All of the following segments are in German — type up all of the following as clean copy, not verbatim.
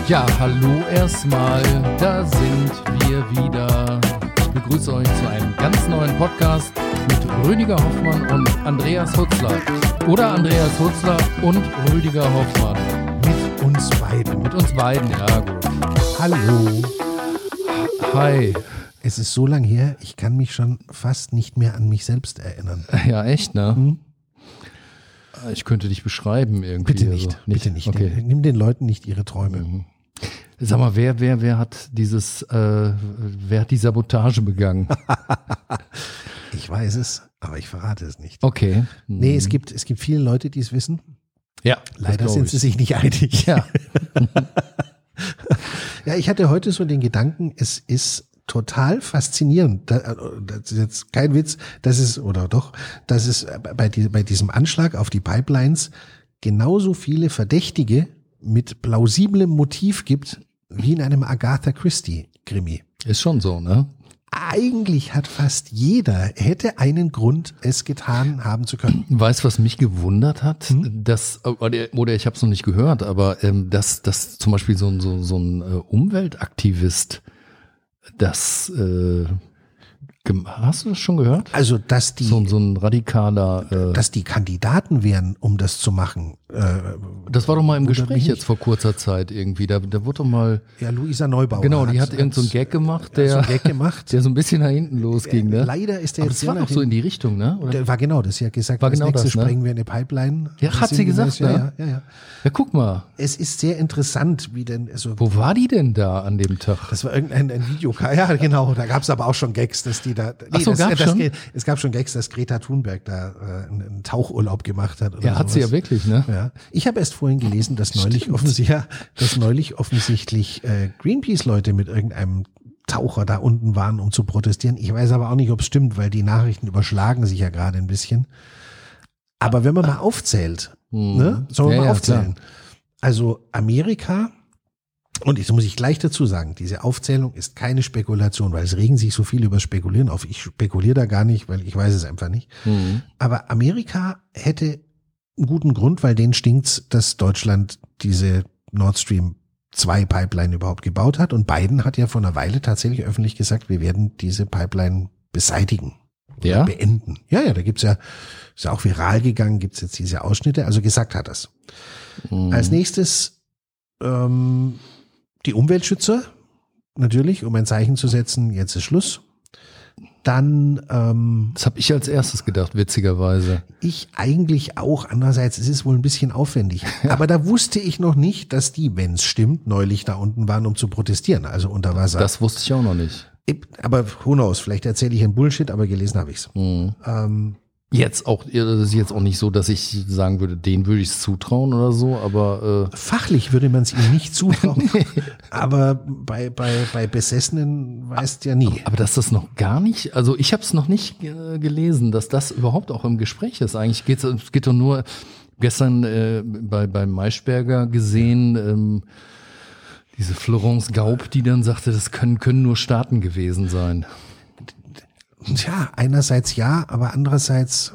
Ja, hallo erstmal, da sind wir wieder. Ich begrüße euch zu einem ganz neuen Podcast mit Rüdiger Hoffmann und Andreas Hutzler. Oder Andreas Hutzler und Rüdiger Hoffmann. Mit uns beiden. Mit uns beiden, ja gut. Hallo. Hi. Es ist so lang her, ich kann mich schon fast nicht mehr an mich selbst erinnern. Ja, echt, ne? Ich könnte dich beschreiben irgendwie. Bitte nicht, also, bitte nicht. Okay. Nimm den Leuten nicht ihre Träume. Sag mal, wer hat wer hat die Sabotage begangen? Ich weiß es, aber ich verrate es nicht. Okay. Nee, es gibt viele Leute, die es wissen. Ja. Leider sind sie sich nicht einig. Ja. Ja, ich hatte heute so den Gedanken, es ist total faszinierend. Das ist jetzt kein Witz, dass es bei diesem Anschlag auf die Pipelines genauso viele Verdächtige mit plausiblem Motiv gibt, wie in einem Agatha Christie-Krimi. Ist schon so, ne? Eigentlich hat fast jeder, hätte einen Grund, es getan haben zu können. Weißt du, was mich gewundert hat? Oder ich habe es noch nicht gehört, aber dass zum Beispiel so ein Umweltaktivist das hast du das schon gehört? Also, dass die so ein radikaler dass die Kandidaten wären, um das zu machen. Das war doch mal im wundert Gespräch mich jetzt vor kurzer Zeit irgendwie. Da wurde doch mal. Ja, Luisa Neubauer. Genau, die hat irgend so einen Gag gemacht, der so ein bisschen nach hinten losging, ne? Leider ist der aber jetzt das war doch so in die Richtung, ne? Oder? Der war genau das. Sie hat gesagt, War als genau nächstes das, ne? sprengen wir eine Pipeline. Ja, hat sie gesagt, ne? Ja. Ja, guck mal. Es ist sehr interessant, wie denn, also. Wo war die denn da an dem Tag? Das war irgendein Video. Ja, genau. Da gab es aber auch schon Gags, dass die da. Ach so, es gab schon Gags, dass Greta Thunberg da einen Tauchurlaub gemacht hat. Oder ja, hat sowas. sie ja wirklich, ne? Ja. Ich habe erst vorhin gelesen, dass neulich offensichtlich Greenpeace-Leute mit irgendeinem Taucher da unten waren, um zu protestieren. Ich weiß aber auch nicht, ob es stimmt, weil die Nachrichten überschlagen sich ja gerade ein bisschen. Aber wenn man mal aufzählt, ne, sollen wir mal aufzählen. Klar. Also Amerika, und jetzt muss ich gleich dazu sagen, diese Aufzählung ist keine Spekulation, weil es regen sich so viele über Spekulieren auf. Ich spekuliere da gar nicht, weil ich weiß es einfach nicht. Aber Amerika hätte einen guten Grund, weil denen stinkt's, dass Deutschland diese Nord Stream 2 Pipeline überhaupt gebaut hat. Und Biden hat ja vor einer Weile tatsächlich öffentlich gesagt, wir werden diese Pipeline beseitigen. Ja? Beenden. Ja, da gibt's ja, ist ja auch viral gegangen, gibt's jetzt diese Ausschnitte, also gesagt hat das. Als nächstes die Umweltschützer, natürlich, um ein Zeichen zu setzen, jetzt ist Schluss. Dann das habe ich als erstes gedacht, witzigerweise. Ich eigentlich auch. Andererseits, es ist wohl ein bisschen aufwendig. Ja. Aber da wusste ich noch nicht, dass die, wenn es stimmt, neulich da unten waren, um zu protestieren, also unter Wasser. Das wusste ich auch noch nicht. Aber who knows, vielleicht erzähle ich ein Bullshit, aber gelesen habe ich's. Jetzt auch, das ist jetzt auch nicht so, dass ich sagen würde, denen würde ich es zutrauen oder so, aber fachlich würde man es ihm nicht zutrauen, nee. Aber bei Besessenen weißt ja nie. Aber dass das noch gar nicht, also ich habe es noch nicht gelesen, dass das überhaupt auch im Gespräch ist. Eigentlich geht doch nur, gestern bei Maischberger gesehen, diese Florence Gaub, die dann sagte, das können nur Staaten gewesen sein. Tja, einerseits ja, aber andererseits,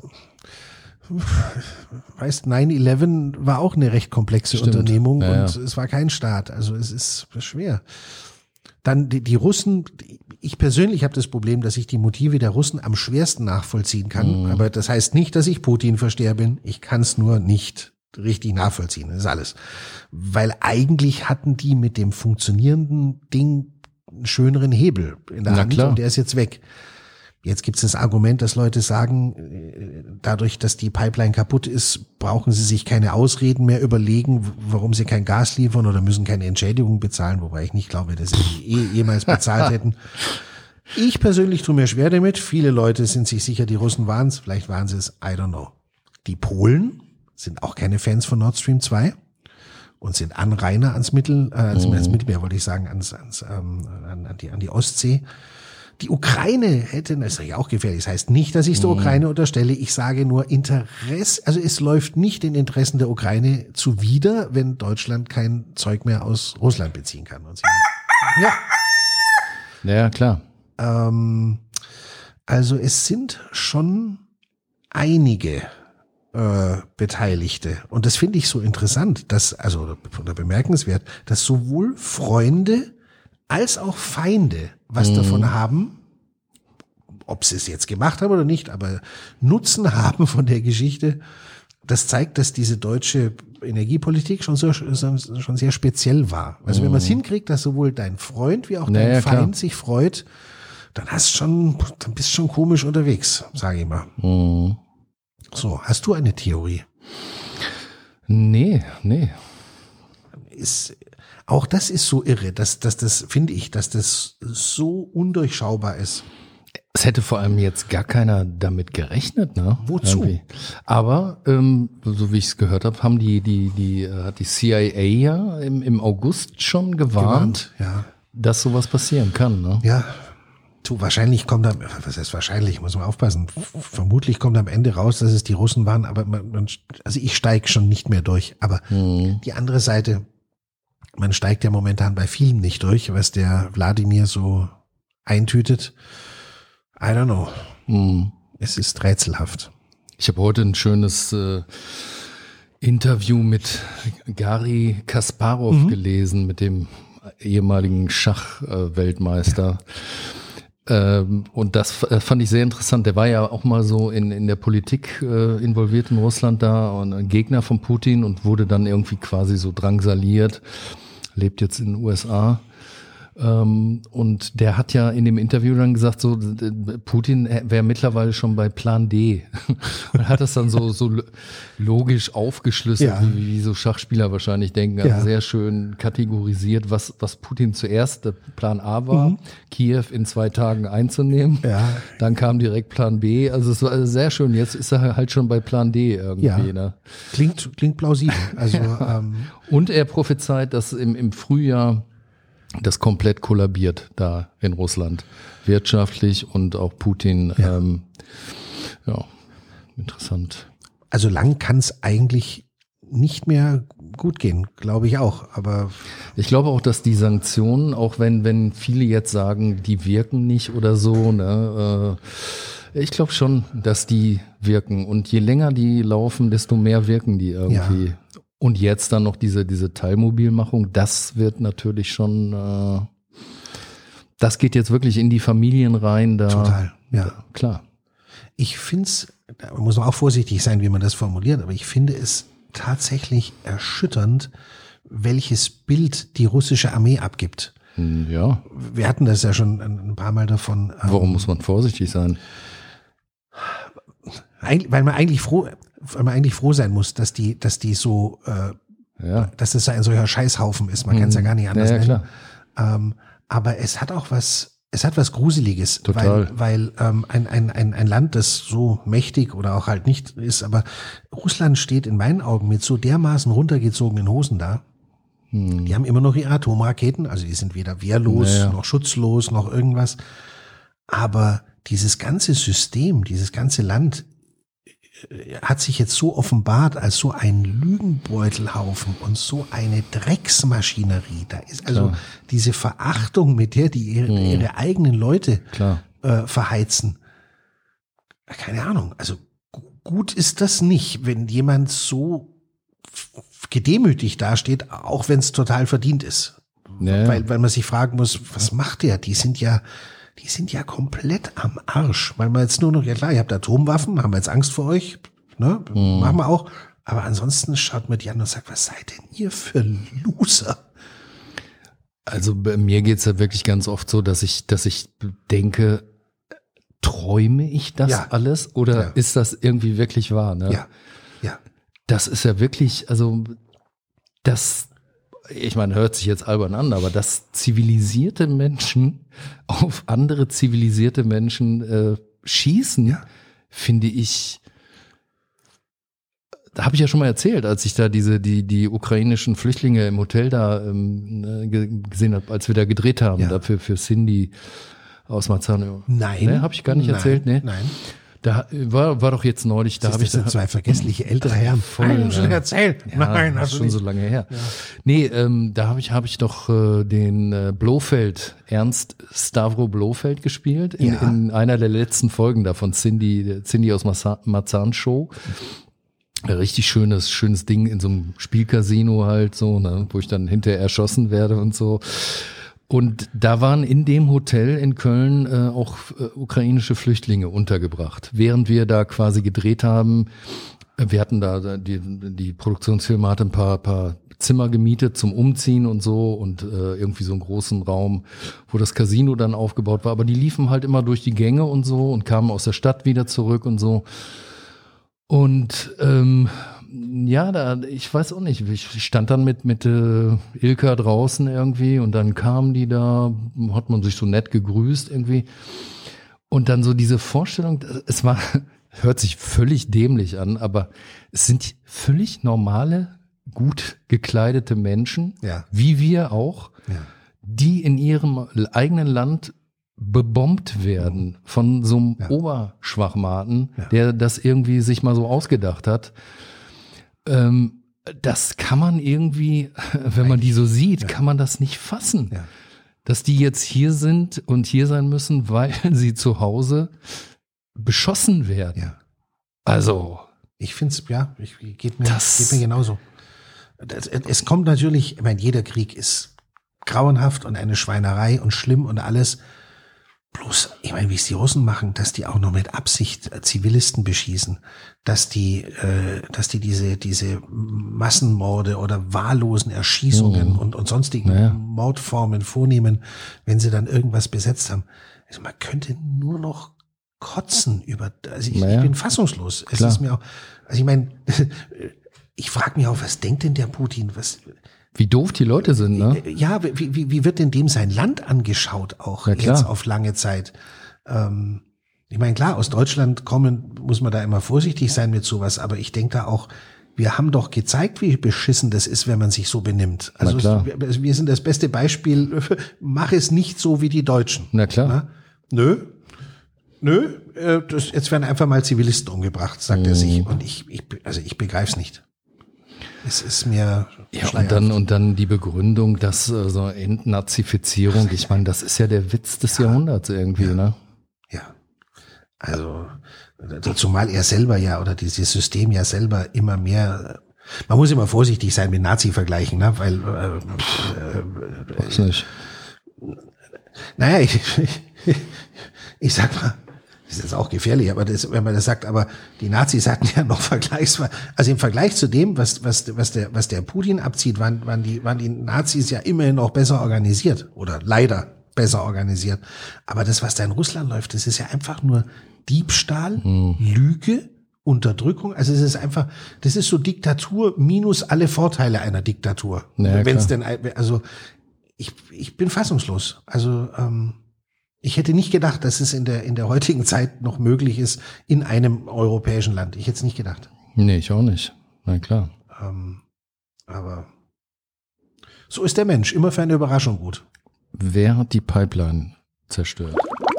weißt, 9/11 war auch eine recht komplexe Unternehmung und es war kein Staat. Also es ist schwer. Dann die Russen, ich persönlich habe das Problem, dass ich die Motive der Russen am schwersten nachvollziehen kann. Aber das heißt nicht, dass ich Putin-Versteher bin. Ich kann es nur nicht richtig nachvollziehen. Das ist alles. Weil eigentlich hatten die mit dem funktionierenden Ding einen schöneren Hebel in der Hand und der ist jetzt weg. Jetzt gibt es das Argument, dass Leute sagen, dadurch, dass die Pipeline kaputt ist, brauchen sie sich keine Ausreden mehr überlegen, warum sie kein Gas liefern oder müssen keine Entschädigung bezahlen, wobei ich nicht glaube, dass sie jemals bezahlt hätten. Ich persönlich tue mir schwer damit. Viele Leute sind sich sicher, die Russen waren es, vielleicht waren sie es, I don't know. Die Polen sind auch keine Fans von Nord Stream 2 und sind Anrainer ans Mittelmeer, wollte ich sagen, an die Ostsee. Die Ukraine hätte, das ist ja auch gefährlich, das heißt nicht, dass ich es der Ukraine unterstelle, ich sage nur Interesse, also es läuft nicht den Interessen der Ukraine zuwider, wenn Deutschland kein Zeug mehr aus Russland beziehen kann. Ja, klar. Also es sind schon einige Beteiligte. Und das finde ich so interessant, oder bemerkenswert, dass sowohl Freunde als auch Feinde was davon haben, ob sie es jetzt gemacht haben oder nicht, aber Nutzen haben von der Geschichte. Das zeigt, dass diese deutsche Energiepolitik schon sehr speziell war. Also wenn man es hinkriegt, dass sowohl dein Freund wie auch dein Feind sich freut, dann bist du schon komisch unterwegs, sage ich mal. So, hast du eine Theorie? Nee. Auch das ist so irre, dass das, finde ich, dass das so undurchschaubar ist. Es hätte vor allem jetzt gar keiner damit gerechnet, ne? Wozu? Irgendwie. Aber so wie ich es gehört habe, haben hat die CIA ja im August schon gewarnt, ja, dass sowas passieren kann, ne? Ja. Wahrscheinlich kommt was heißt wahrscheinlich, muss man aufpassen. Vermutlich kommt am Ende raus, dass es die Russen waren, aber also ich steige schon nicht mehr durch. Aber die andere Seite, man steigt ja momentan bei vielen nicht durch, was der Wladimir so eintütet. I don't know. Es ist rätselhaft. Ich habe heute ein schönes Interview mit Garry Kasparov gelesen, mit dem ehemaligen Schachweltmeister. Und das fand ich sehr interessant. Der war ja auch mal so in der Politik involviert in Russland da und ein Gegner von Putin und wurde dann irgendwie quasi so drangsaliert, lebt jetzt in den USA. Und der hat ja in dem Interview dann gesagt, so Putin wäre mittlerweile schon bei Plan D. Und hat das dann so logisch aufgeschlüsselt, wie so Schachspieler wahrscheinlich denken. Also sehr schön kategorisiert, was Putin zuerst der Plan A war, Kiew in 2 Tagen einzunehmen. Ja. Dann kam direkt Plan B. Also es war sehr schön. Jetzt ist er halt schon bei Plan D irgendwie. Ja. Ne? Klingt plausibel. Also und er prophezeit, dass im Frühjahr das komplett kollabiert da in Russland, wirtschaftlich und auch Putin. Interessant. Also lang kann es eigentlich nicht mehr gut gehen, glaube ich auch. Aber ich glaube auch, dass die Sanktionen, auch wenn viele jetzt sagen, die wirken nicht oder so, ne, ich glaube schon, dass die wirken. Und je länger die laufen, desto mehr wirken die irgendwie. Ja. Und jetzt dann noch diese Teilmobilmachung, das wird natürlich schon, das geht jetzt wirklich in die Familien rein. Total, ja. Klar. Ich finde es, da muss man auch vorsichtig sein, wie man das formuliert, aber ich finde es tatsächlich erschütternd, welches Bild die russische Armee abgibt. Ja. Wir hatten das ja schon ein paar Mal davon. Warum muss man vorsichtig sein? Weil man eigentlich froh sein muss, dass die so, dass das ein solcher Scheißhaufen ist. Man kann es ja gar nicht anders nennen. Aber es hat was Gruseliges. Total. Weil ein Land, das so mächtig oder auch halt nicht ist, aber Russland steht in meinen Augen mit so dermaßen runtergezogenen Hosen da. Die haben immer noch ihre Atomraketen, also die sind weder wehrlos, noch schutzlos, noch irgendwas. Aber dieses ganze System, dieses ganze Land hat sich jetzt so offenbart als so ein Lügenbeutelhaufen und so eine Drecksmaschinerie. Da ist also diese Verachtung, mit der die ihre eigenen Leute verheizen. Keine Ahnung. Also gut ist das nicht, wenn jemand so gedemütigt dasteht, auch wenn es total verdient ist. Ja. Weil man sich fragen muss, was macht der? Die sind ja komplett am Arsch, weil man jetzt nur noch, ja klar, ihr habt Atomwaffen, haben wir jetzt Angst vor euch, ne? Machen wir auch. Aber ansonsten schaut man die an und sagt, was seid denn ihr für Loser? Also bei mir geht's ja wirklich ganz oft so, dass ich denke, träume ich das alles oder ist das irgendwie wirklich wahr? Ne? Ja. Das ist ja wirklich, also das, ich meine, hört sich jetzt albern an, aber dass zivilisierte Menschen auf andere zivilisierte Menschen schießen, finde ich, da habe ich ja schon mal erzählt, als ich da die ukrainischen Flüchtlinge im Hotel da gesehen habe, als wir da gedreht haben, dafür für Cindy aus Marzahn. Nein. Ne, habe ich gar nicht erzählt, ne? Nein. Da war doch jetzt neulich, da habe ich da zwei vergessliche ältere Herren. Voll schon erzählt. Ja, nein, hast du schon nicht. So lange her. Ja. Nee, da habe ich doch den Blofeld, Ernst Stavro Blofeld gespielt in einer der letzten Folgen da von Cindy aus Marzahn Show. Ein richtig schönes Ding in so einem Spielcasino halt so, ne, wo ich dann hinterher erschossen werde und so. Und da waren in dem Hotel in Köln auch ukrainische Flüchtlinge untergebracht. Während wir da quasi gedreht haben, wir hatten da, die Produktionsfirma hatte ein paar Zimmer gemietet zum Umziehen und so und irgendwie so einen großen Raum, wo das Casino dann aufgebaut war. Aber die liefen halt immer durch die Gänge und so und kamen aus der Stadt wieder zurück und so. Und ich weiß auch nicht, ich stand dann mit Ilka draußen irgendwie und dann kamen die da, hat man sich so nett gegrüßt irgendwie. Und dann so diese Vorstellung, hört sich völlig dämlich an, aber es sind völlig normale, gut gekleidete Menschen, wie wir auch, die in ihrem eigenen Land bebombt werden von so einem Oberschwachmaten, der das irgendwie sich mal so ausgedacht hat. Das kann man irgendwie, wenn man die so sieht, kann man das nicht fassen. Ja. Dass die jetzt hier sind und hier sein müssen, weil sie zu Hause beschossen werden. Ja. Also. Ich finde es, geht mir genauso. Es kommt natürlich, ich meine, jeder Krieg ist grauenhaft und eine Schweinerei und schlimm und alles. Bloß, ich meine, wie es die Russen machen, dass die auch noch mit Absicht Zivilisten beschießen, dass die diese Massenmorde oder wahllosen Erschießungen und sonstigen Mordformen vornehmen, wenn sie dann irgendwas besetzt haben. Also man könnte nur noch kotzen ich bin fassungslos. Es ist mir auch, also ich meine, ich frage mich auch, was denkt denn der Putin? Wie doof die Leute sind, ne? Ja, wie wird denn dem sein Land angeschaut auch jetzt auf lange Zeit? Ich meine, klar, aus Deutschland muss man da immer vorsichtig sein mit sowas, aber ich denke da auch, wir haben doch gezeigt, wie beschissen das ist, wenn man sich so benimmt. Also wir sind das beste Beispiel, mach es nicht so wie die Deutschen. Na klar. Na? Nö, jetzt werden einfach mal Zivilisten umgebracht, sagt er sich. Und ich begreife es nicht. Es ist mir und dann die Begründung, dass so Entnazifizierung, ich meine, das ist ja der Witz des Jahrhunderts irgendwie, ne? Ja. Also zumal er selber oder dieses System ja selber immer mehr, man muss immer vorsichtig sein mit Nazi-Vergleichen, ne? Weil weiß nicht. Naja, ich sag mal, das ist jetzt auch gefährlich, aber wenn man das sagt, aber die Nazis hatten ja noch vergleichsweise, also im Vergleich zu dem, was der Putin abzieht, waren die Nazis ja immerhin noch besser organisiert oder leider besser organisiert. Aber das, was da in Russland läuft, das ist ja einfach nur Diebstahl, Lüge, Unterdrückung. Also es ist einfach, das ist so Diktatur minus alle Vorteile einer Diktatur. Ja, wenn es denn, also ich bin fassungslos. Also ich hätte nicht gedacht, dass es in der heutigen Zeit noch möglich ist in einem europäischen Land. Ich hätte es nicht gedacht. Nee, ich auch nicht. Na klar. Aber so ist der Mensch. Immer für eine Überraschung gut. Wer hat die Pipeline zerstört?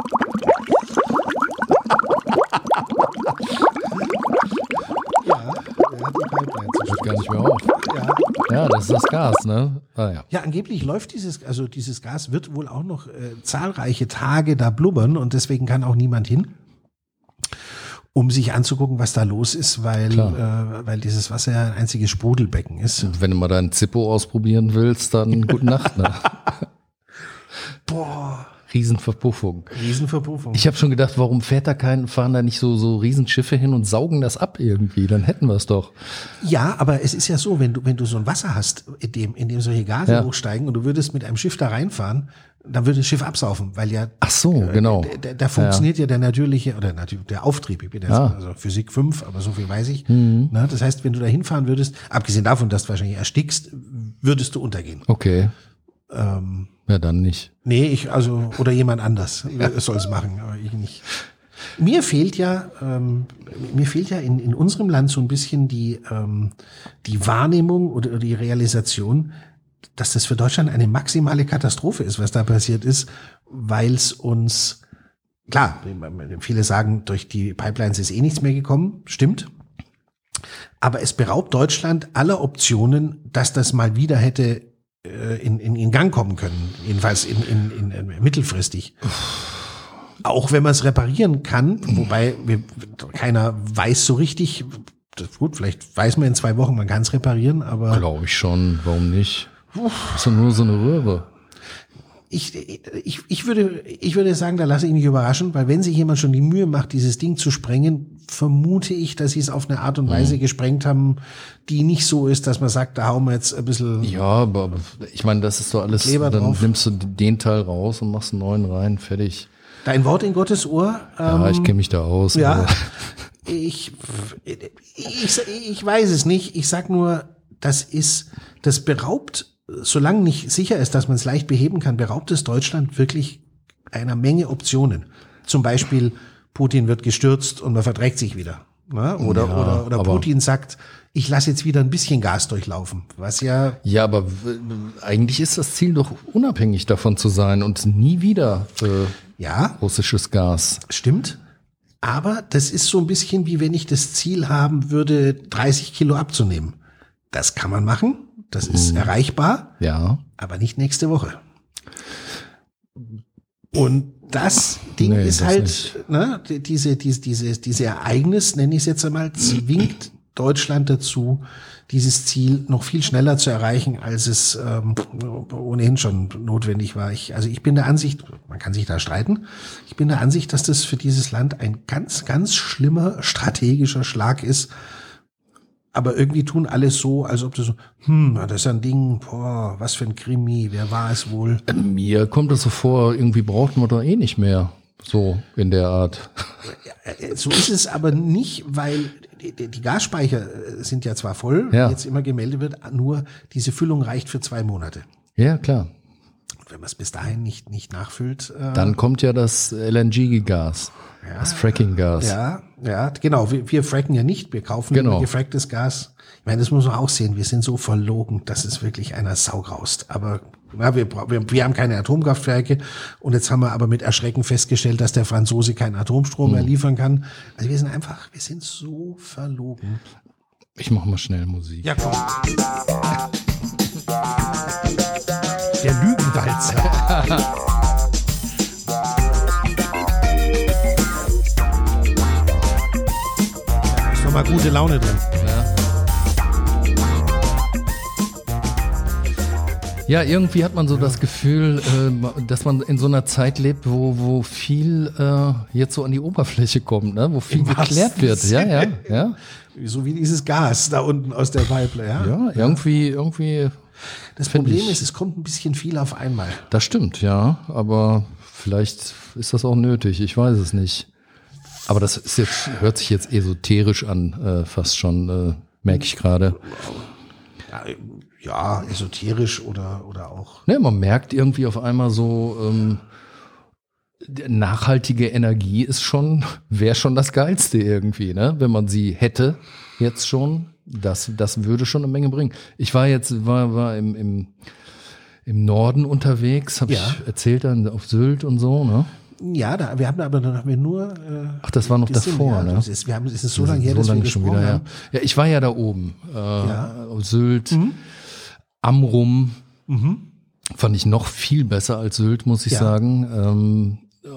Ja, wer hat die Pipeline zerstört? Hört gar nicht mehr auf. Ja, das ist das Gas, ne? Ja, angeblich läuft dieses Gas wird wohl auch noch zahlreiche Tage da blubbern und deswegen kann auch niemand hin, um sich anzugucken, was da los ist, weil dieses Wasser ja ein einziges Sprudelbecken ist. Und wenn du mal deinen Zippo ausprobieren willst, dann gute Nacht, ne? Boah. Riesenverpuffung. Riesenverpuffung. Ich habe schon gedacht, warum fahren da nicht so Riesenschiffe hin und saugen das ab irgendwie? Dann hätten wir es doch. Ja, aber es ist ja so, wenn du so ein Wasser hast, in dem solche Gase hochsteigen und du würdest mit einem Schiff da reinfahren, dann würde das Schiff absaufen, weil ja. Ach so, genau. Da funktioniert ja der natürliche, oder natürlich der Auftrieb. Ich bin jetzt also Physik 5, aber so viel weiß ich. Na, das heißt, wenn du da hinfahren würdest, abgesehen davon, dass du wahrscheinlich erstickst, würdest du untergehen. Okay. Ja, dann nicht. Nee, oder jemand anders soll es machen, aber ich nicht. Mir fehlt ja in unserem Land so ein bisschen die Wahrnehmung oder die Realisation, dass das für Deutschland eine maximale Katastrophe ist, was da passiert ist, weil es uns, klar, viele sagen, durch die Pipelines ist nichts mehr gekommen, stimmt. Aber es beraubt Deutschland aller Optionen, dass das mal wieder hätte in Gang kommen können, jedenfalls in mittelfristig. Auch wenn man es reparieren kann, wobei keiner weiß so richtig, gut, vielleicht weiß man in 2 Wochen, man kann es reparieren, aber. Glaube ich schon, warum nicht? Ist doch nur so eine Röhre. Ich würde sagen, da lasse ich mich überraschen, weil wenn sich jemand schon die Mühe macht, dieses Ding zu sprengen, vermute ich, dass sie es auf eine Art und Weise gesprengt haben, die nicht so ist, dass man sagt, da hauen wir jetzt ein bisschen. Ja, aber ich meine, das ist doch alles, Kleber dann drauf. nimmst du den Teil raus und machst einen neuen rein, fertig. Dein Wort in Gottes Ohr. Ja, ich kenne mich da aus. Ja, aber ich weiß es nicht. Ich sag nur, das beraubt, solange nicht sicher ist, dass man es leicht beheben kann, beraubt es Deutschland wirklich einer Menge Optionen. Zum Beispiel, Putin wird gestürzt und man verträgt sich wieder. Ne? Oder Putin sagt, ich lasse jetzt wieder ein bisschen Gas durchlaufen. Was ja. Ja, aber eigentlich ist das Ziel doch unabhängig davon zu sein und nie wieder russisches Gas. Stimmt. Aber das ist so ein bisschen wie wenn ich das Ziel haben würde, 30 Kilo abzunehmen. Das kann man machen. Das ist erreichbar. Ja. Aber nicht nächste Woche. Und das Ding ist das halt, nicht. ne, diese Ereignis, nenne ich es jetzt einmal, zwingt Deutschland dazu, dieses Ziel noch viel schneller zu erreichen, als es ohnehin schon notwendig war. Ich bin der Ansicht, man kann sich da streiten, ich bin der Ansicht, dass das für dieses Land ein ganz, ganz schlimmer strategischer Schlag ist. Aber irgendwie tun alles so, als ob das so, das ist ein Ding, boah, was für ein Krimi, wer war es wohl? Mir kommt das so vor, irgendwie braucht man doch eh nicht mehr. So in der Art. So ist es aber nicht, weil die Gasspeicher sind ja zwar voll, wie jetzt immer gemeldet wird, nur diese Füllung reicht für 2 Monate. Ja, klar. Und wenn man es bis dahin nicht nachfüllt. Dann kommt ja das LNG-Gas, das Fracking-Gas. Ja, genau. Wir fracken ja nicht, wir kaufen gefracktes Gas. Ich meine, das muss man auch sehen. Wir sind so verlogen, dass es wirklich einer Sau graust. Aber wir haben keine Atomkraftwerke und jetzt haben wir aber mit Erschrecken festgestellt, dass der Franzose keinen Atomstrom mehr liefern kann. Also wir sind so verlogen. Ich mach mal schnell Musik. Ja, komm. Der Lügenwalzer. Da ist noch mal gute Laune drin. Ja, irgendwie hat man so das Gefühl, dass man in so einer Zeit lebt, wo viel jetzt so an die Oberfläche kommt, ne? Wo viel geklärt wird. Ja. So wie dieses Gas da unten aus der Pipeline. Ja, irgendwie. Das Problem ist, es kommt ein bisschen viel auf einmal. Das stimmt, ja. Aber vielleicht ist das auch nötig. Ich weiß es nicht. Aber das ist jetzt, hört sich jetzt esoterisch an, fast schon, merke ich gerade. Ja, esoterisch oder auch. Ne, man merkt irgendwie auf einmal so, nachhaltige Energie wäre schon das Geilste irgendwie, ne? Wenn man sie hätte, jetzt schon, das würde schon eine Menge bringen. Ich war im Norden unterwegs, habe ich erzählt, dann auf Sylt und so, ne? Ja, dann haben wir nur. Ach, das war noch davor, ne? Es ist so lange her, dass wir gesprochen haben. Ja, ich war ja da oben, auf Sylt, Amrum, fand ich noch viel besser als Sylt, muss ich sagen.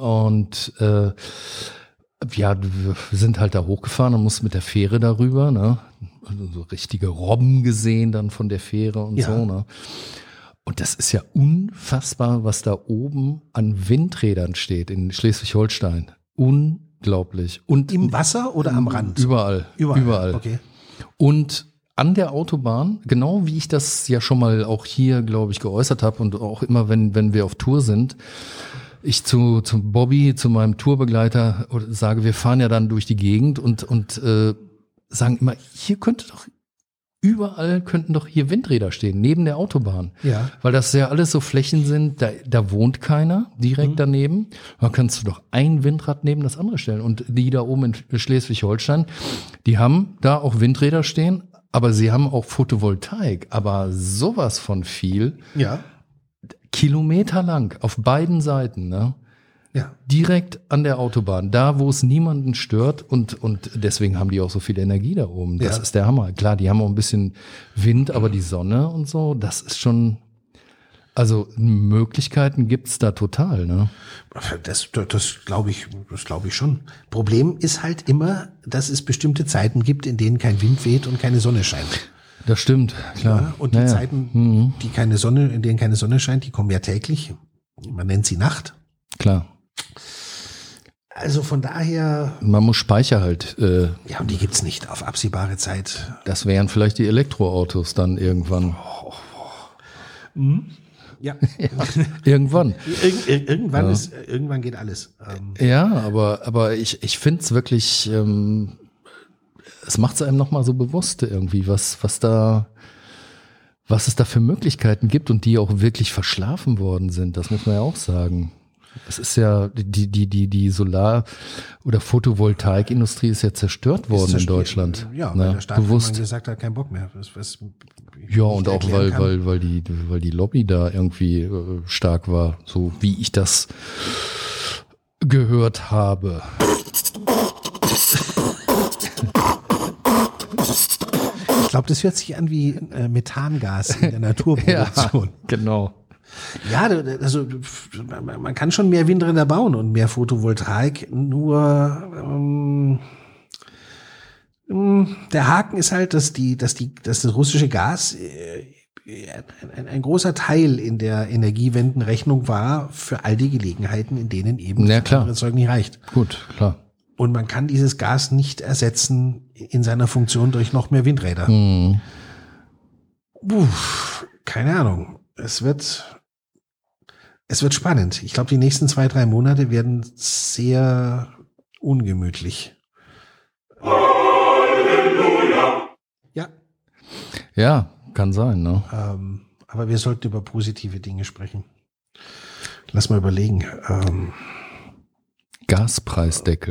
Wir sind halt da hochgefahren und mussten mit der Fähre darüber, ne? Also so richtige Robben gesehen dann von der Fähre und so, ne? Und das ist ja unfassbar, was da oben an Windrädern steht in Schleswig-Holstein. Unglaublich. Und im Wasser oder am Rand? Überall. Okay. Und an der Autobahn, genau wie ich das ja schon mal auch hier, glaube ich, geäußert habe und auch immer, wenn wir auf Tour sind, ich zu Bobby, zu meinem Tourbegleiter sage, wir fahren ja dann durch die Gegend und sagen immer, überall könnten doch hier Windräder stehen, neben der Autobahn. Ja. Weil das ja alles so Flächen sind, da wohnt keiner direkt daneben. Da kannst du doch ein Windrad neben das andere stellen. Und die da oben in Schleswig-Holstein, die haben da auch Windräder stehen, aber sie haben auch Photovoltaik, aber sowas von viel. Ja. Kilometerlang auf beiden Seiten, ne? Ja. Direkt an der Autobahn, da wo es niemanden stört und deswegen haben die auch so viel Energie da oben. Das ist der Hammer. Klar, die haben auch ein bisschen Wind, aber die Sonne und so, das ist schon Also Möglichkeiten gibt's da total, ne? Das glaube ich schon. Problem ist halt immer, dass es bestimmte Zeiten gibt, in denen kein Wind weht und keine Sonne scheint. Das stimmt, klar. Ja, und die Zeiten, in denen keine Sonne scheint, die kommen ja täglich. Man nennt sie Nacht. Klar. Also von daher. Man muss Speicher halt. Ja, und die gibt's nicht auf absehbare Zeit. Das wären vielleicht die Elektroautos dann irgendwann. Ja. Irgendwann. Irgendwann geht alles. Ja, aber ich finde es wirklich, es macht es einem nochmal so bewusst irgendwie, was es da für Möglichkeiten gibt und die auch wirklich verschlafen worden sind. Das muss man ja auch sagen. Es ist ja, die Solar- oder Photovoltaikindustrie ist ja zerstört worden in Deutschland. Ja, weil der Staat bewusst gesagt hat, keinen Bock mehr. Ja, und auch weil die Lobby da irgendwie stark war, so wie ich das gehört habe. Ich glaube, das hört sich an wie Methangas in der Naturproduktion. Ja, genau. Ja, also man kann schon mehr Windräder bauen und mehr Photovoltaik, nur der Haken ist halt, dass das russische Gas ein großer Teil in der Energiewendenrechnung war für all die Gelegenheiten, in denen eben das andere Zeug nicht reicht. Gut, klar. Und man kann dieses Gas nicht ersetzen in seiner Funktion durch noch mehr Windräder. Keine Ahnung. Es wird spannend. Ich glaube, die nächsten 2-3 Monate werden sehr ungemütlich. Halleluja. Ja. Ja, kann sein, ne? Aber wir sollten über positive Dinge sprechen. Lass mal überlegen. Gaspreisdeckel.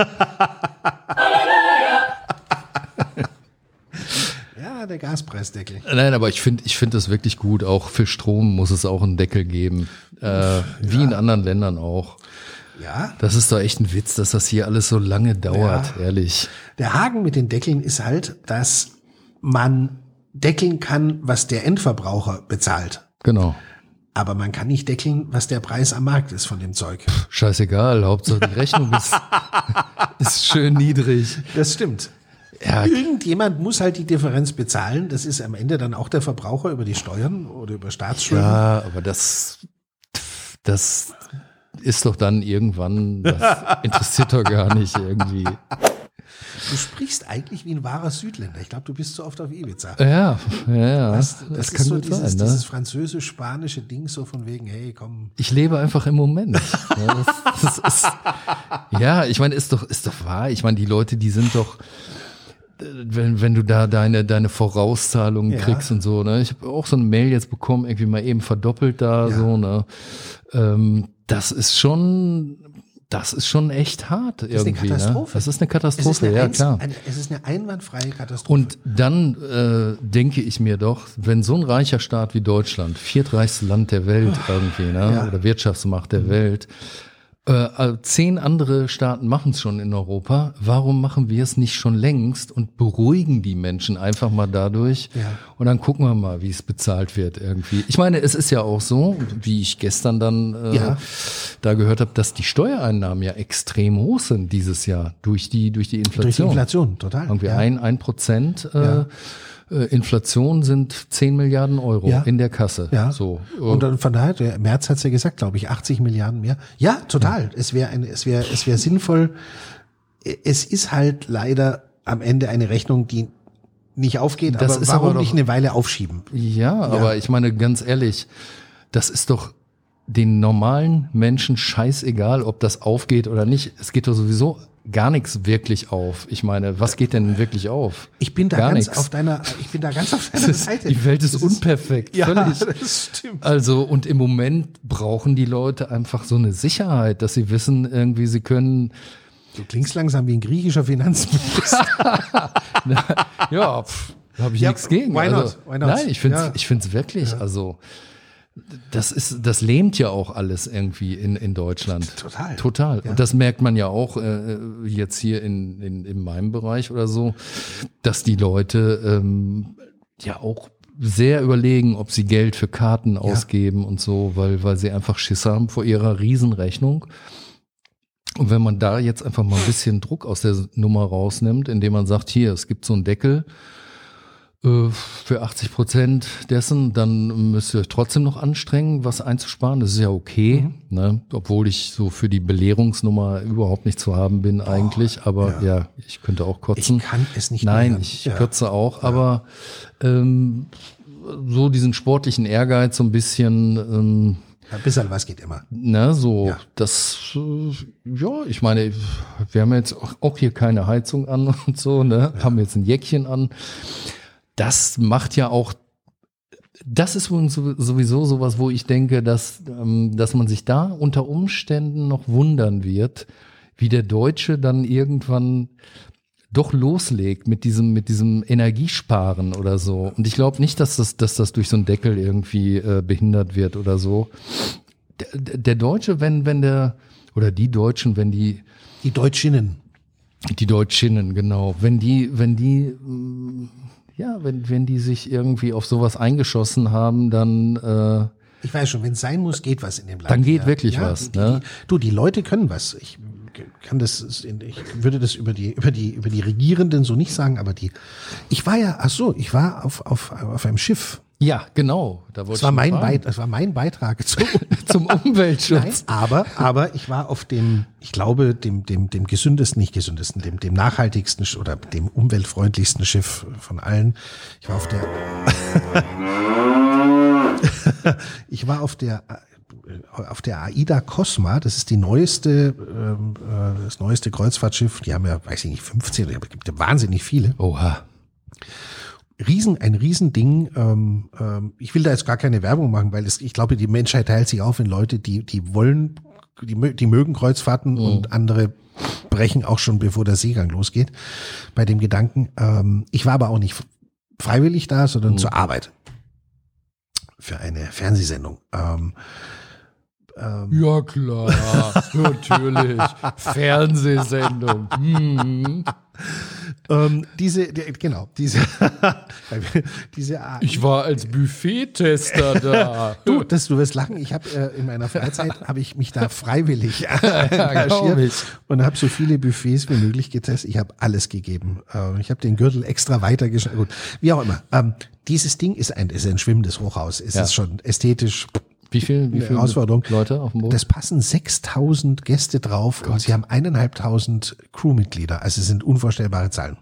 Ja, der Gaspreisdeckel. Nein, aber ich finde das wirklich gut. Auch für Strom muss es auch einen Deckel geben. Wie in anderen Ländern auch. Ja. Das ist doch echt ein Witz, dass das hier alles so lange dauert, ehrlich. Der Haken mit den Deckeln ist halt, dass man deckeln kann, was der Endverbraucher bezahlt. Genau. Aber man kann nicht deckeln, was der Preis am Markt ist von dem Zeug. Scheißegal, Hauptsache die Rechnung ist schön niedrig. Das stimmt. Ja. Irgendjemand muss halt die Differenz bezahlen. Das ist am Ende dann auch der Verbraucher über die Steuern oder über Staatsschulden. Ja, aber das ist doch dann irgendwann, das interessiert doch gar nicht irgendwie. Du sprichst eigentlich wie ein wahrer Südländer. Ich glaube, du bist so oft auf Ibiza. Ja. Das ist kann so dieses französisch-spanische Ding so von wegen, hey, komm. Ich lebe einfach im Moment. Das ist, ja, ich meine, ist doch wahr. Ich meine, die Leute, die sind doch, wenn du da deine Vorauszahlungen kriegst und so, ne? Ich habe auch so eine Mail jetzt bekommen, irgendwie mal eben verdoppelt da, so, ne? Das ist schon echt hart irgendwie. Das ist eine Katastrophe, ja klar. Es ist eine einwandfreie Katastrophe. Und dann denke ich mir doch, wenn so ein reicher Staat wie Deutschland, viertreichste Land der Welt irgendwie, ne, oder Wirtschaftsmacht der Welt, 10 andere Staaten machen es schon in Europa. Warum machen wir es nicht schon längst und beruhigen die Menschen einfach mal dadurch? Ja. Und dann gucken wir mal, wie es bezahlt wird irgendwie. Ich meine, es ist ja auch so, wie ich gestern dann da gehört habe, dass die Steuereinnahmen ja extrem hoch sind dieses Jahr durch die Inflation. Durch die Inflation, total. Irgendwie 1%. Inflation sind 10 Milliarden Euro in der Kasse. Ja. So. Und dann von daher, der Merz hat's ja gesagt, glaube ich, 80 Milliarden mehr. Ja, total. Es wäre sinnvoll. Es ist halt leider am Ende eine Rechnung, die nicht aufgeht, das aber ist warum aber nicht eine Weile aufschieben? Ja, aber ich meine, ganz ehrlich, das ist doch den normalen Menschen scheißegal, ob das aufgeht oder nicht. Es geht doch sowieso gar nichts wirklich auf. Ich meine, was geht denn wirklich auf? Ich bin da ganz auf deiner Seite. Die Welt ist unperfekt. Ja, völlig. Das stimmt. Also, und im Moment brauchen die Leute einfach so eine Sicherheit, dass sie wissen, irgendwie sie können. Du klingst langsam wie ein griechischer Finanzminister. Ja, habe ich nichts gegen. Why not? Nein, ich finde es wirklich, das lähmt ja auch alles irgendwie in Deutschland. Total. Ja. Und das merkt man ja auch jetzt hier in meinem Bereich oder so, dass die Leute ja auch sehr überlegen, ob sie Geld für Karten ausgeben und so, weil sie einfach Schiss haben vor ihrer Riesenrechnung. Und wenn man da jetzt einfach mal ein bisschen Druck aus der Nummer rausnimmt, indem man sagt, hier, es gibt so einen Deckel für 80% dessen, dann müsst ihr euch trotzdem noch anstrengen, was einzusparen. Das ist ja okay, ne? Obwohl ich so für die Belehrungsnummer überhaupt nicht zu haben bin eigentlich. Aber ja, ich könnte auch kotzen. Ich kann es nicht Nein, mehr. ich kürze auch, aber so diesen sportlichen Ehrgeiz so ein bisschen ein bisschen was geht immer. Ne, so, das, ich meine, wir haben jetzt auch hier keine Heizung an und so, ne, haben jetzt ein Jäckchen an. Das macht ja auch, das ist sowieso sowas, wo ich denke, dass man sich da unter Umständen noch wundern wird, wie der Deutsche dann irgendwann doch loslegt mit diesem Energiesparen oder so. Und ich glaube nicht, dass das durch so einen Deckel irgendwie behindert wird oder so. Der Deutsche, oder die Deutschen, wenn die Deutschinnen, genau, wenn die sich irgendwie auf sowas eingeschossen haben, dann ich weiß schon, wenn es sein muss, geht was in dem Land. Dann geht wirklich was. Die Leute können was. Ich würde das über die Regierenden so nicht sagen, aber ich war auf einem Schiff. Ja, genau. Das war mein Beitrag zum Umweltschutz. Nein, aber ich war auf dem, ich glaube, dem nachhaltigsten oder dem umweltfreundlichsten Schiff von allen. Ich war auf der AIDA Cosma, das ist das neueste Kreuzfahrtschiff. Die haben ja, weiß ich nicht, 15, es gibt ja wahnsinnig viele. Oha. Ein Riesending. Ich will da jetzt gar keine Werbung machen, weil ich glaube, die Menschheit teilt sich auf in Leute, die mögen Kreuzfahrten und andere brechen auch schon, bevor der Seegang losgeht. Bei dem Gedanken. Ich war aber auch nicht freiwillig da, sondern zur Arbeit. Für eine Fernsehsendung. Ja klar, natürlich. Fernsehsendung. Diese Ich war als Buffet-Tester da. Du wirst lachen. Ich habe in meiner Freizeit mich da freiwillig engagiert und habe so viele Buffets wie möglich getestet. Ich habe alles gegeben. Ich habe den Gürtel extra weitergeschnitten. Gut, wie auch immer. Dieses Ding ist ein schwimmendes Hochhaus. Es ist schon ästhetisch. Wie viel Herausforderung. Leute auf dem Boot? Das passen 6.000 Gäste drauf und sie haben 1.500 Crewmitglieder. Also es sind unvorstellbare Zahlen.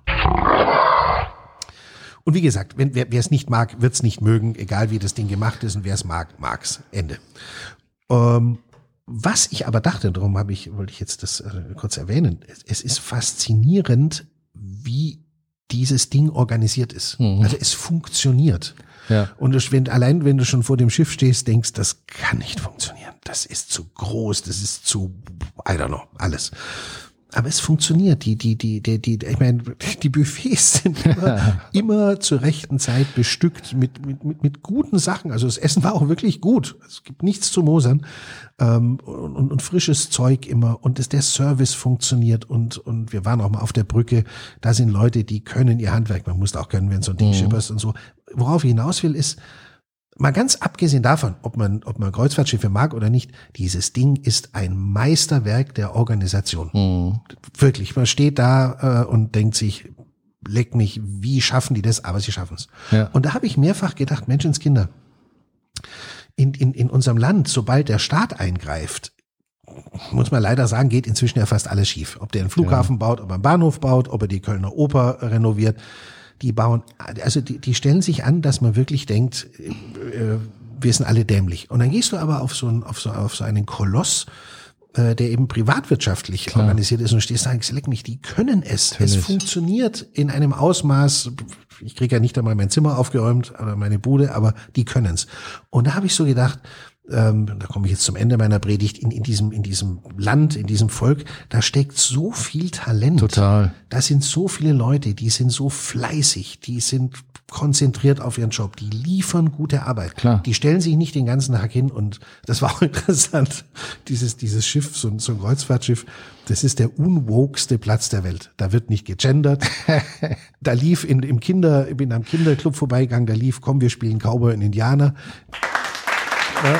Und wie gesagt, wer es nicht mag, wird es nicht mögen, egal wie das Ding gemacht ist, und wer es mag, mag's. Ende. Was ich aber dachte, darum wollte ich jetzt das kurz erwähnen, es ist faszinierend, wie dieses Ding organisiert ist. Also es funktioniert. Ja. Und wenn du schon vor dem Schiff stehst, denkst, das kann nicht funktionieren. Das ist zu groß, das ist zu, I don't know, alles. Aber es funktioniert. Ich meine, die Buffets sind immer zur rechten Zeit bestückt mit guten Sachen. Also das Essen war auch wirklich gut. Es gibt nichts zu mosern. Und frisches Zeug immer. Und der Service funktioniert. Und wir waren auch mal auf der Brücke. Da sind Leute, die können ihr Handwerk. Man muss auch können, wenn so ein Ding schipperst und so. Worauf ich hinaus will, ist, mal ganz abgesehen davon, ob man Kreuzfahrtschiffe mag oder nicht, dieses Ding ist ein Meisterwerk der Organisation. Wirklich, man steht da und denkt sich, leck mich, wie schaffen die das? Aber sie schaffen es. Ja. Und da habe ich mehrfach gedacht, Menschenskinder, in unserem Land, sobald der Staat eingreift, muss man leider sagen, geht inzwischen ja fast alles schief. Ob der einen Flughafen baut, ob er einen Bahnhof baut, ob er die Kölner Oper renoviert. Die stellen sich an, dass man wirklich denkt, wir sind alle dämlich. Und dann gehst du aber auf so einen Koloss, der eben privatwirtschaftlich organisiert ist, und stehst da und sagst, leck mich, die können es. Natürlich. Es funktioniert in einem Ausmaß. Ich kriege ja nicht einmal mein Zimmer aufgeräumt oder meine Bude, aber die können es. Und da habe ich so gedacht, da komme ich jetzt zum Ende meiner Predigt, in diesem Land, in diesem Volk, da steckt so viel Talent. Total. Da sind so viele Leute, die sind so fleißig, die sind konzentriert auf ihren Job. Die liefern gute Arbeit. Klar. Die stellen sich nicht den ganzen Tag hin und das war auch interessant. Dieses Schiff, so ein Kreuzfahrtschiff, das ist der unwokeste Platz der Welt. Da wird nicht gegendert. Da lief ich bin am Kinderclub vorbeigegangen, da lief, komm, wir spielen Cowboy und Indianer. Ja.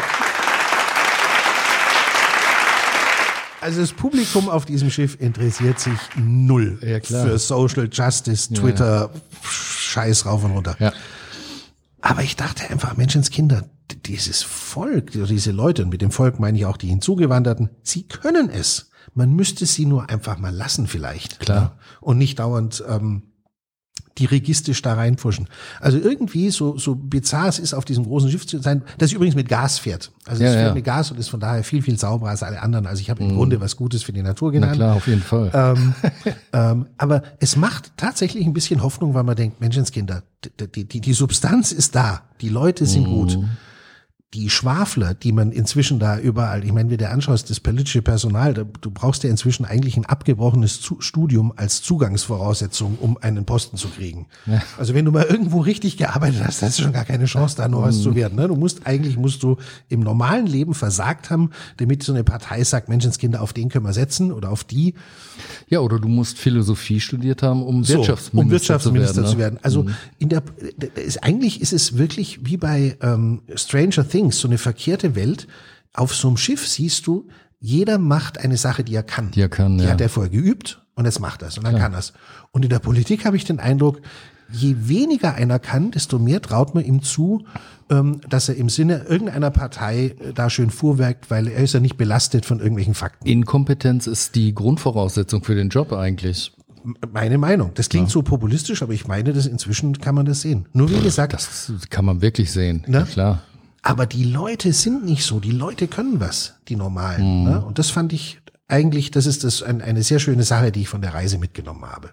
Also das Publikum auf diesem Schiff interessiert sich null für Social Justice, Twitter, Scheiß rauf und runter. Ja. Aber ich dachte einfach, Menschenskinder, dieses Volk, diese Leute, und mit dem Volk meine ich auch die Hinzugewanderten, sie können es. Man müsste sie nur einfach mal lassen vielleicht. Klar. Ja? Und nicht dauernd dirigistisch da reinpfuschen. Also irgendwie so bizarr es ist, auf diesem großen Schiff zu sein, das übrigens mit Gas fährt. Also es fährt mit Gas und ist von daher viel, viel sauberer als alle anderen. Also ich habe im Grunde was Gutes für die Natur getan. Na klar, auf jeden Fall. Aber es macht tatsächlich ein bisschen Hoffnung, weil man denkt, Menschenskinder, die Substanz ist da, die Leute sind gut. Die Schwafler, die man inzwischen da überall, ich meine, wenn du dir anschaust, das politische Personal, du brauchst ja inzwischen eigentlich ein abgebrochenes Studium als Zugangsvoraussetzung, um einen Posten zu kriegen. Ja. Also wenn du mal irgendwo richtig gearbeitet hast, hast du schon gar keine Chance, da noch was zu werden. Ne? Musst du im normalen Leben versagt haben, damit so eine Partei sagt, Menschenskinder, auf den können wir setzen oder auf die. Ja, oder du musst Philosophie studiert haben, um Wirtschaftsminister zu werden. Also eigentlich ist es wirklich wie bei Stranger Things, so eine verkehrte Welt. Auf so einem Schiff siehst du, jeder macht eine Sache, die er kann. Die hat er vorher geübt und jetzt macht er es und dann kann er es. Und in der Politik habe ich den Eindruck, je weniger einer kann, desto mehr traut man ihm zu, dass er im Sinne irgendeiner Partei da schön fuhrwerkt, weil er ist ja nicht belastet von irgendwelchen Fakten. Inkompetenz ist die Grundvoraussetzung für den Job eigentlich. Meine Meinung. Das klingt so populistisch, aber ich meine, inzwischen kann man das sehen. Nur wie gesagt. Das kann man wirklich sehen, ja, klar. Aber die Leute sind nicht so. Die Leute können was, die Normalen. Ne? Und das fand ich eigentlich, das ist eine sehr schöne Sache, die ich von der Reise mitgenommen habe.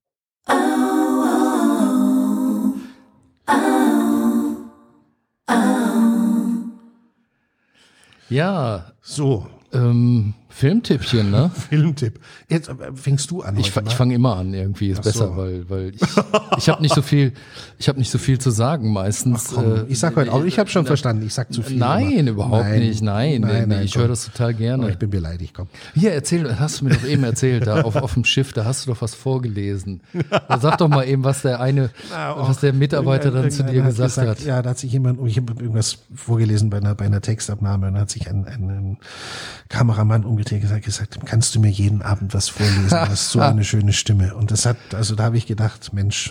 Ja. So. Filmtippchen, ne? Filmtipp. Jetzt fängst du an. Ich fange immer an, irgendwie ist besser, weil ich habe nicht so viel zu sagen meistens. Ach komm, ich sag heute auch, ich habe schon verstanden, ich sag zu viel. Nein, überhaupt nicht. Nein, ich höre das total gerne. Oh, ich bin beleidigt, komm. Hier, hast du mir doch eben erzählt, da auf dem Schiff, da hast du doch was vorgelesen. Sag doch mal eben, was der Mitarbeiter dann zu dir gesagt hat. Ja, da hat sich ich habe irgendwas vorgelesen bei einer Textabnahme und da hat sich ein Kameramann umgedreht gesagt, kannst du mir jeden Abend was vorlesen? Du hast so eine schöne Stimme. Und da habe ich gedacht, Mensch,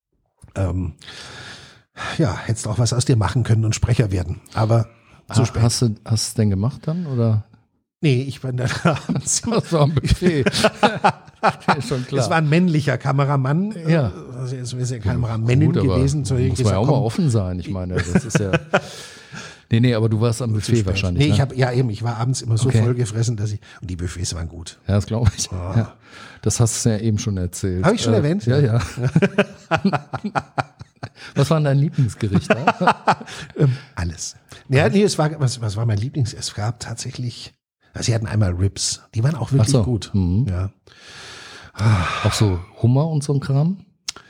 hättest auch was aus dir machen können und Sprecher werden. Aber zu spät. Hast du es denn gemacht dann, oder? Nee, ich war dann abends. Das war ein Buffet. Schon klar. Es war ein männlicher Kameramann. Ja. Also es wäre ja Kameramännin gewesen. Muss man ja auch mal offen sein. Ich meine, das ist ja... Nee, aber du warst am Buffet wahrscheinlich. Nee, ich war abends immer so voll gefressen, und die Buffets waren gut. Ja, das glaube ich. Oh. Ja. Das hast du ja eben schon erzählt. Habe ich schon erwähnt? Ja. Was war denn dein Lieblingsgericht? Alles. Ja, nee, was war mein Lieblings? Es gab tatsächlich, sie hatten einmal Ribs. Die waren auch wirklich gut. Mhm. Ja. Auch so Hummer und so ein Kram?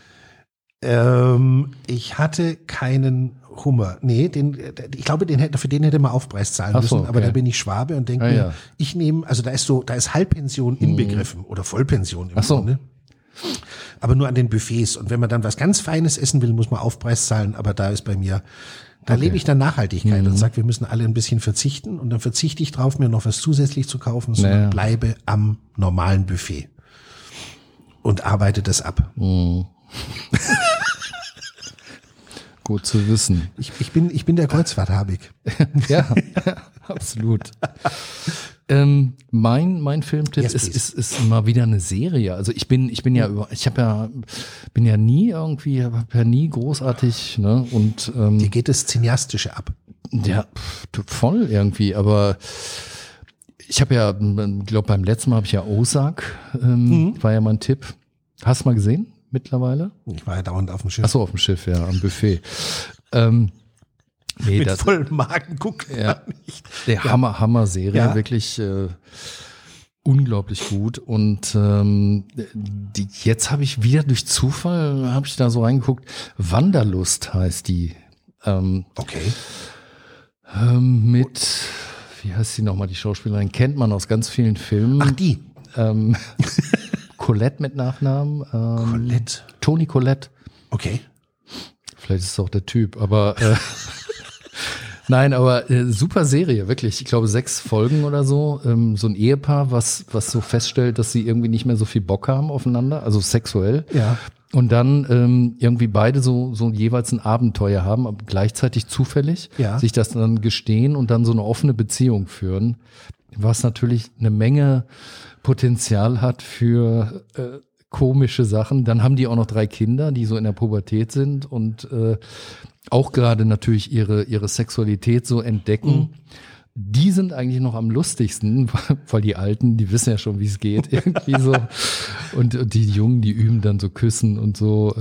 Ich hatte keinen Hummer. Nee, ich glaube, für den hätte man Aufpreis zahlen müssen, aber da bin ich Schwabe und denke mir, ich nehme, also da ist Halbpension inbegriffen oder Vollpension im Grunde. Aber nur an den Buffets. Und wenn man dann was ganz Feines essen will, muss man Aufpreis zahlen, aber da ist bei mir, lebe ich dann Nachhaltigkeit und sage, wir müssen alle ein bisschen verzichten und dann verzichte ich drauf, mir noch was zusätzlich zu kaufen, sondern bleibe am normalen Buffet und arbeite das ab. Gut zu wissen. Ich bin der Kreuzfahrt-Habig. Ja, absolut. Mein Filmtipp ist mal wieder eine Serie. Also ich bin ja nie großartig, ne? Und dir geht das Cineastische ab. Ja, voll irgendwie, aber ich habe ja, glaube beim letzten Mal habe ich ja Ozark, war ja mein Tipp. Hast du mal gesehen? Mittlerweile? Ich war ja dauernd auf dem Schiff. Ach so, auf dem Schiff, ja, am Buffet. Mit vollem Magen guckt man nicht. Der Hammer-Serie, wirklich unglaublich gut. Und jetzt habe ich wieder durch Zufall, habe ich da so reingeguckt, Wanderlust heißt die. Okay. Mit, wie heißt sie nochmal, die Schauspielerin, kennt man aus ganz vielen Filmen. Ach, die. Colette mit Nachnamen. Colette. Toni Collette. Okay. Vielleicht ist es auch der Typ, aber nein, aber super Serie, wirklich. Ich glaube 6 Folgen oder so. So ein Ehepaar, was so feststellt, dass sie irgendwie nicht mehr so viel Bock haben aufeinander, also sexuell. Ja. Und dann irgendwie beide so jeweils ein Abenteuer haben, aber gleichzeitig zufällig sich das dann gestehen und dann so eine offene Beziehung führen, was natürlich eine Menge Potenzial hat für komische Sachen. Dann haben die auch noch 3 Kinder, die so in der Pubertät sind und auch gerade natürlich ihre Sexualität so entdecken. Mhm. Die sind eigentlich noch am lustigsten, weil die Alten, die wissen ja schon, wie es geht, irgendwie so. Und die Jungen, die üben dann so Küssen und so.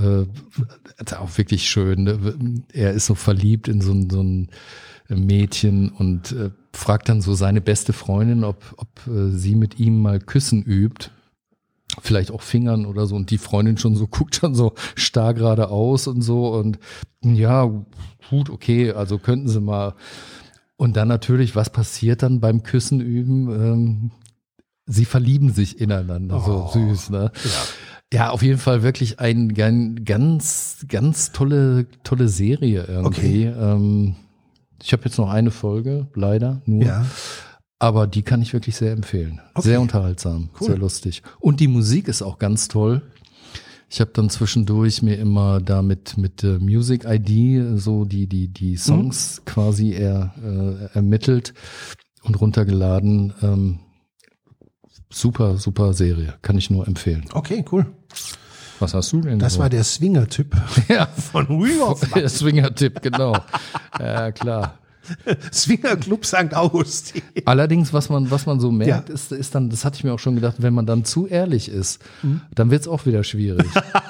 Auch wirklich schön. Ne? Er ist so verliebt in so ein Mädchen und fragt dann so seine beste Freundin, ob sie mit ihm mal Küssen übt. Vielleicht auch Fingern oder so. Und die Freundin schon so guckt schon so starr geradeaus und so. Und ja, gut, okay, also könnten sie mal. Und dann natürlich, was passiert dann beim Küssen üben? Sie verlieben sich ineinander, so süß, ne? Ja, auf jeden Fall wirklich ein ganz, ganz tolle Serie irgendwie. Okay. Ich habe jetzt noch eine Folge, leider nur. Ja. Aber die kann ich wirklich sehr empfehlen. Okay. Sehr unterhaltsam, cool. Sehr lustig. Und die Musik ist auch ganz toll. Ich habe dann zwischendurch mir immer da mit Music ID so die Songs quasi ermittelt und runtergeladen. Super Serie, kann ich nur empfehlen. Okay, cool. Was hast du denn? Das war der Swinger-Tipp von Rudolf. Der Swinger-Tipp, genau. Ja, klar. Swingerclub St. Augustin. Allerdings, was man so merkt, ist dann, das hatte ich mir auch schon gedacht, wenn man dann zu ehrlich ist, dann wird's auch wieder schwierig.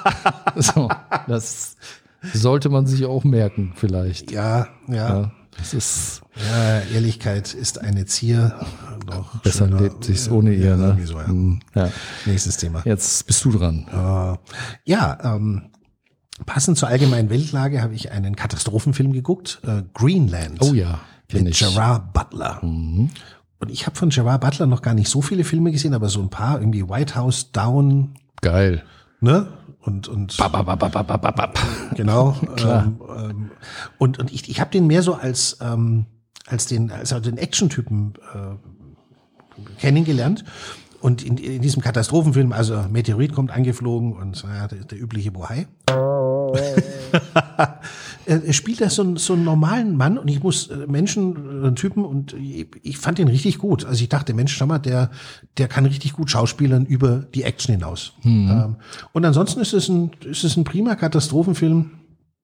So, das sollte man sich auch merken, vielleicht. Ja. Das ist. Ja, Ehrlichkeit ist eine Zier. Doch besser lebt sich's ohne ihr, ne? So, Nächstes Thema. Jetzt bist du dran. Passend zur allgemeinen Weltlage habe ich einen Katastrophenfilm geguckt, Greenland. Oh ja, mit Gerard Butler. Mhm. Und ich habe von Gerard Butler noch gar nicht so viele Filme gesehen, aber so ein paar, irgendwie White House Down. Geil. Ne? Und genau. Klar. Und ich habe den mehr so als den Action-Typen kennengelernt. Und in diesem Katastrophenfilm, also Meteorit kommt angeflogen und der übliche Bohai. Er spielt da so einen normalen Mann und ich muss einen Typen und ich fand den richtig gut. Also ich dachte, Mensch, schau mal, der kann richtig gut schauspielern über die Action hinaus. Mhm. Und ansonsten ist es ein prima Katastrophenfilm.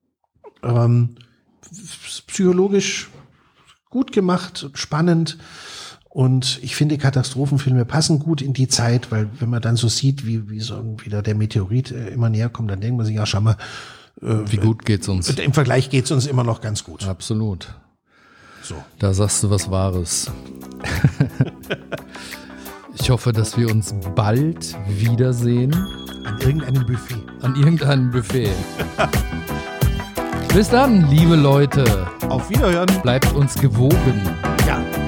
Psychologisch gut gemacht, spannend. Und ich finde, Katastrophenfilme passen gut in die Zeit, weil wenn man dann so sieht, wie so wieder der Meteorit immer näher kommt, dann denkt man sich, ja, schau mal, wie gut geht's uns? Im Vergleich geht's uns immer noch ganz gut. Absolut. So. Da sagst du was Wahres. Ich hoffe, dass wir uns bald wiedersehen. An irgendeinem Buffet. Bis dann, liebe Leute. Auf Wiederhören. Bleibt uns gewogen. Ja.